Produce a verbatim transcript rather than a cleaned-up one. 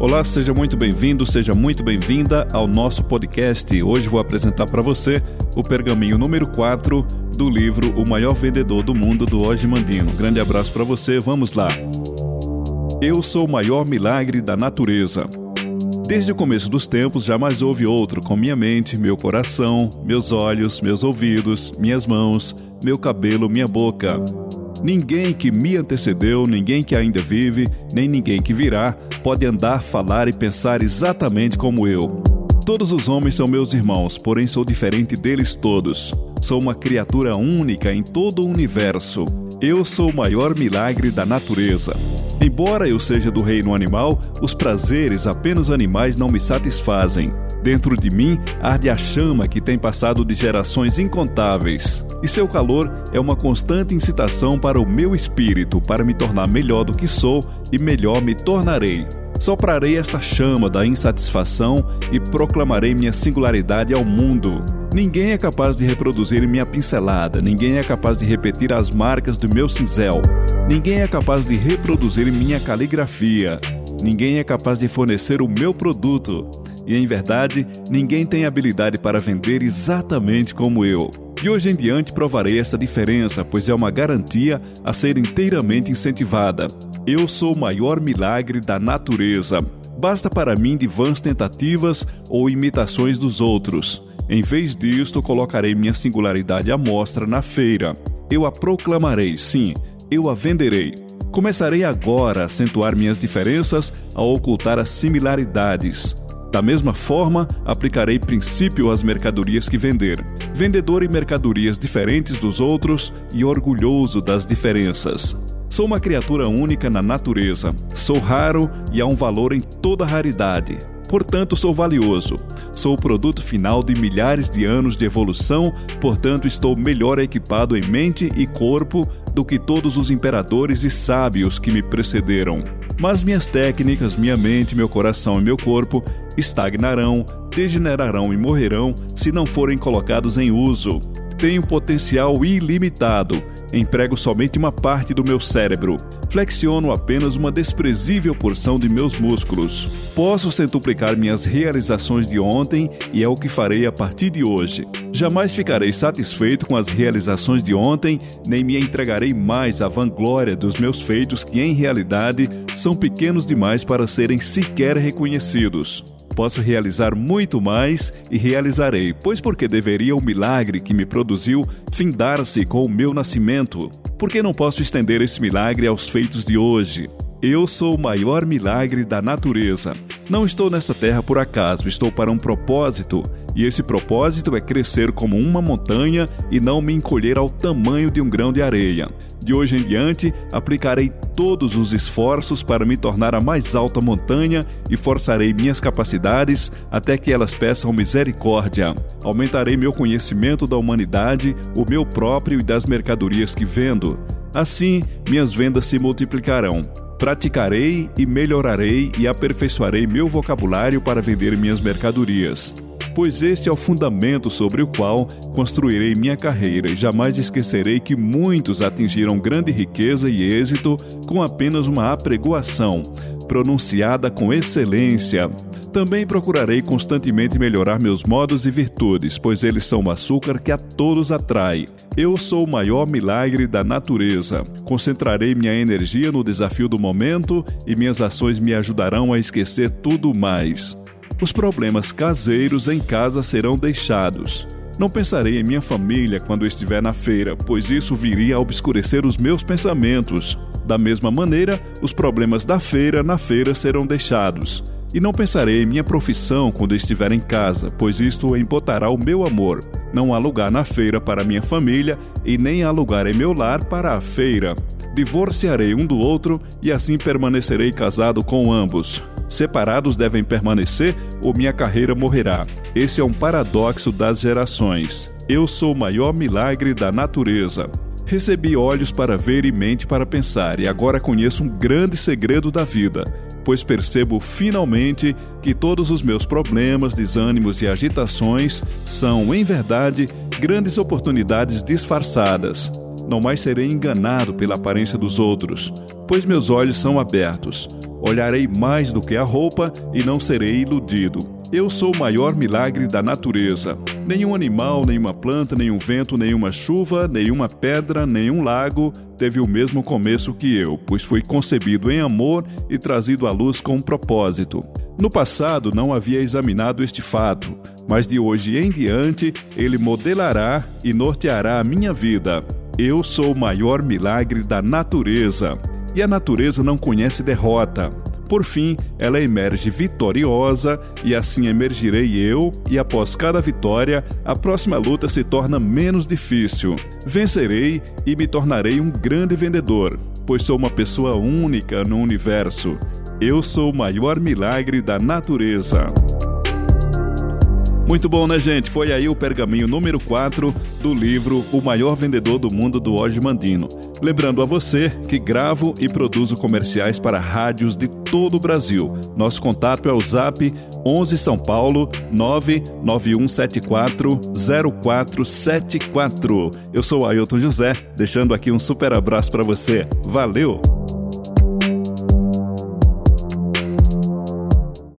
Olá, seja muito bem-vindo, seja muito bem-vinda ao nosso podcast. Hoje vou apresentar para você o pergaminho número quatro do livro O Maior Vendedor do Mundo, do Osmond Mandino. Grande abraço para você, vamos lá. Eu sou o maior milagre da natureza. Desde o começo dos tempos, jamais houve outro com minha mente, meu coração, meus olhos, meus ouvidos, minhas mãos, meu cabelo, minha boca. Ninguém que me antecedeu, ninguém que ainda vive, nem ninguém que virá, pode andar, falar e pensar exatamente como eu. Todos os homens são meus irmãos, porém sou diferente deles todos. Sou uma criatura única em todo o universo. Eu sou o maior milagre da natureza. Embora eu seja do reino animal, os prazeres apenas animais não me satisfazem. Dentro de mim arde a chama que tem passado de gerações incontáveis. E seu calor é uma constante incitação para o meu espírito, para me tornar melhor do que sou e melhor me tornarei. Soprarei esta chama da insatisfação e proclamarei minha singularidade ao mundo. Ninguém é capaz de reproduzir minha pincelada, ninguém é capaz de repetir as marcas do meu cinzel, ninguém é capaz de reproduzir minha caligrafia, ninguém é capaz de fornecer o meu produto. E, em verdade, ninguém tem habilidade para vender exatamente como eu. De hoje em diante provarei essa diferença, pois é uma garantia a ser inteiramente incentivada. Eu sou o maior milagre da natureza. Basta para mim de vãs tentativas ou imitações dos outros. Em vez disto, colocarei minha singularidade à mostra na feira. Eu a proclamarei, sim, eu a venderei. Começarei agora a acentuar minhas diferenças, a ocultar as similaridades. Da mesma forma, aplicarei princípio às mercadorias que vender. Vendedor em mercadorias diferentes dos outros e orgulhoso das diferenças. Sou uma criatura única na natureza. Sou raro e há um valor em toda raridade. Portanto, sou valioso. Sou o produto final de milhares de anos de evolução, portanto, estou melhor equipado em mente e corpo do que todos os imperadores e sábios que me precederam. Mas minhas técnicas, minha mente, meu coração e meu corpo estagnarão, degenerarão e morrerão se não forem colocados em uso. Tenho potencial ilimitado. Emprego somente uma parte do meu cérebro. Flexiono apenas uma desprezível porção de meus músculos. Posso centuplicar minhas realizações de ontem e é o que farei a partir de hoje. Jamais ficarei satisfeito com as realizações de ontem, nem me entregarei mais à vanglória dos meus feitos que, em realidade, são pequenos demais para serem sequer reconhecidos. Posso realizar muito mais e realizarei, pois porque deveria o milagre que me produziu findar-se com o meu nascimento? Porque não posso estender esse milagre aos feitos de hoje? Eu sou o maior milagre da natureza. Não estou nessa terra por acaso, estou para um propósito, e esse propósito é crescer como uma montanha e não me encolher ao tamanho de um grão de areia. De hoje em diante, aplicarei todos os esforços para me tornar a mais alta montanha e forçarei minhas capacidades até que elas peçam misericórdia. Aumentarei meu conhecimento da humanidade, o meu próprio e das mercadorias que vendo. Assim, minhas vendas se multiplicarão. Praticarei e melhorarei e aperfeiçoarei meu vocabulário para vender minhas mercadorias. Pois este é o fundamento sobre o qual construirei minha carreira e jamais esquecerei que muitos atingiram grande riqueza e êxito com apenas uma apregoação, pronunciada com excelência. Também procurarei constantemente melhorar meus modos e virtudes, pois eles são o açúcar que a todos atrai. Eu sou o maior milagre da natureza. Concentrarei minha energia no desafio do momento e minhas ações me ajudarão a esquecer tudo mais. Os problemas caseiros em casa serão deixados. Não pensarei em minha família quando estiver na feira, pois isso viria a obscurecer os meus pensamentos. Da mesma maneira, os problemas da feira na feira serão deixados. E não pensarei em minha profissão quando estiver em casa, pois isto empotará o meu amor. Não há lugar na feira para minha família e nem há lugar em meu lar para a feira. Divorciarei um do outro e assim permanecerei casado com ambos. Separados devem permanecer ou minha carreira morrerá. Esse é um paradoxo das gerações. Eu sou o maior milagre da natureza. Recebi olhos para ver e mente para pensar, e agora conheço um grande segredo da vida, pois percebo finalmente que todos os meus problemas, desânimos e agitações são, em verdade, grandes oportunidades disfarçadas. Não mais serei enganado pela aparência dos outros, pois meus olhos são abertos. olharei mais do que a roupa e não serei iludido. Eu sou o maior milagre da natureza. Nenhum animal, nenhuma planta, nenhum vento, nenhuma chuva, nenhuma pedra, nenhum lago teve o mesmo começo que eu, pois fui concebido em amor e trazido à luz com um propósito. No passado não havia examinado este fato, mas de hoje em diante ele modelará e norteará a minha vida. Eu sou o maior milagre da natureza. E a natureza não conhece derrota. Por fim, ela emerge vitoriosa e assim emergirei eu, e após cada vitória, a próxima luta se torna menos difícil. Vencerei e me tornarei um grande vendedor, pois sou uma pessoa única no universo. Eu sou o maior milagre da natureza. Muito bom, né, gente? Foi aí o pergaminho número quatro do livro O Maior Vendedor do Mundo, do Osmandino. Lembrando a você que gravo e produzo comerciais para rádios de todo o Brasil. Nosso contato é o Zap onze São Paulo nove nove um sete quatro zero quatro sete quatro. Eu sou o Ailton José, deixando aqui um super abraço para você. Valeu!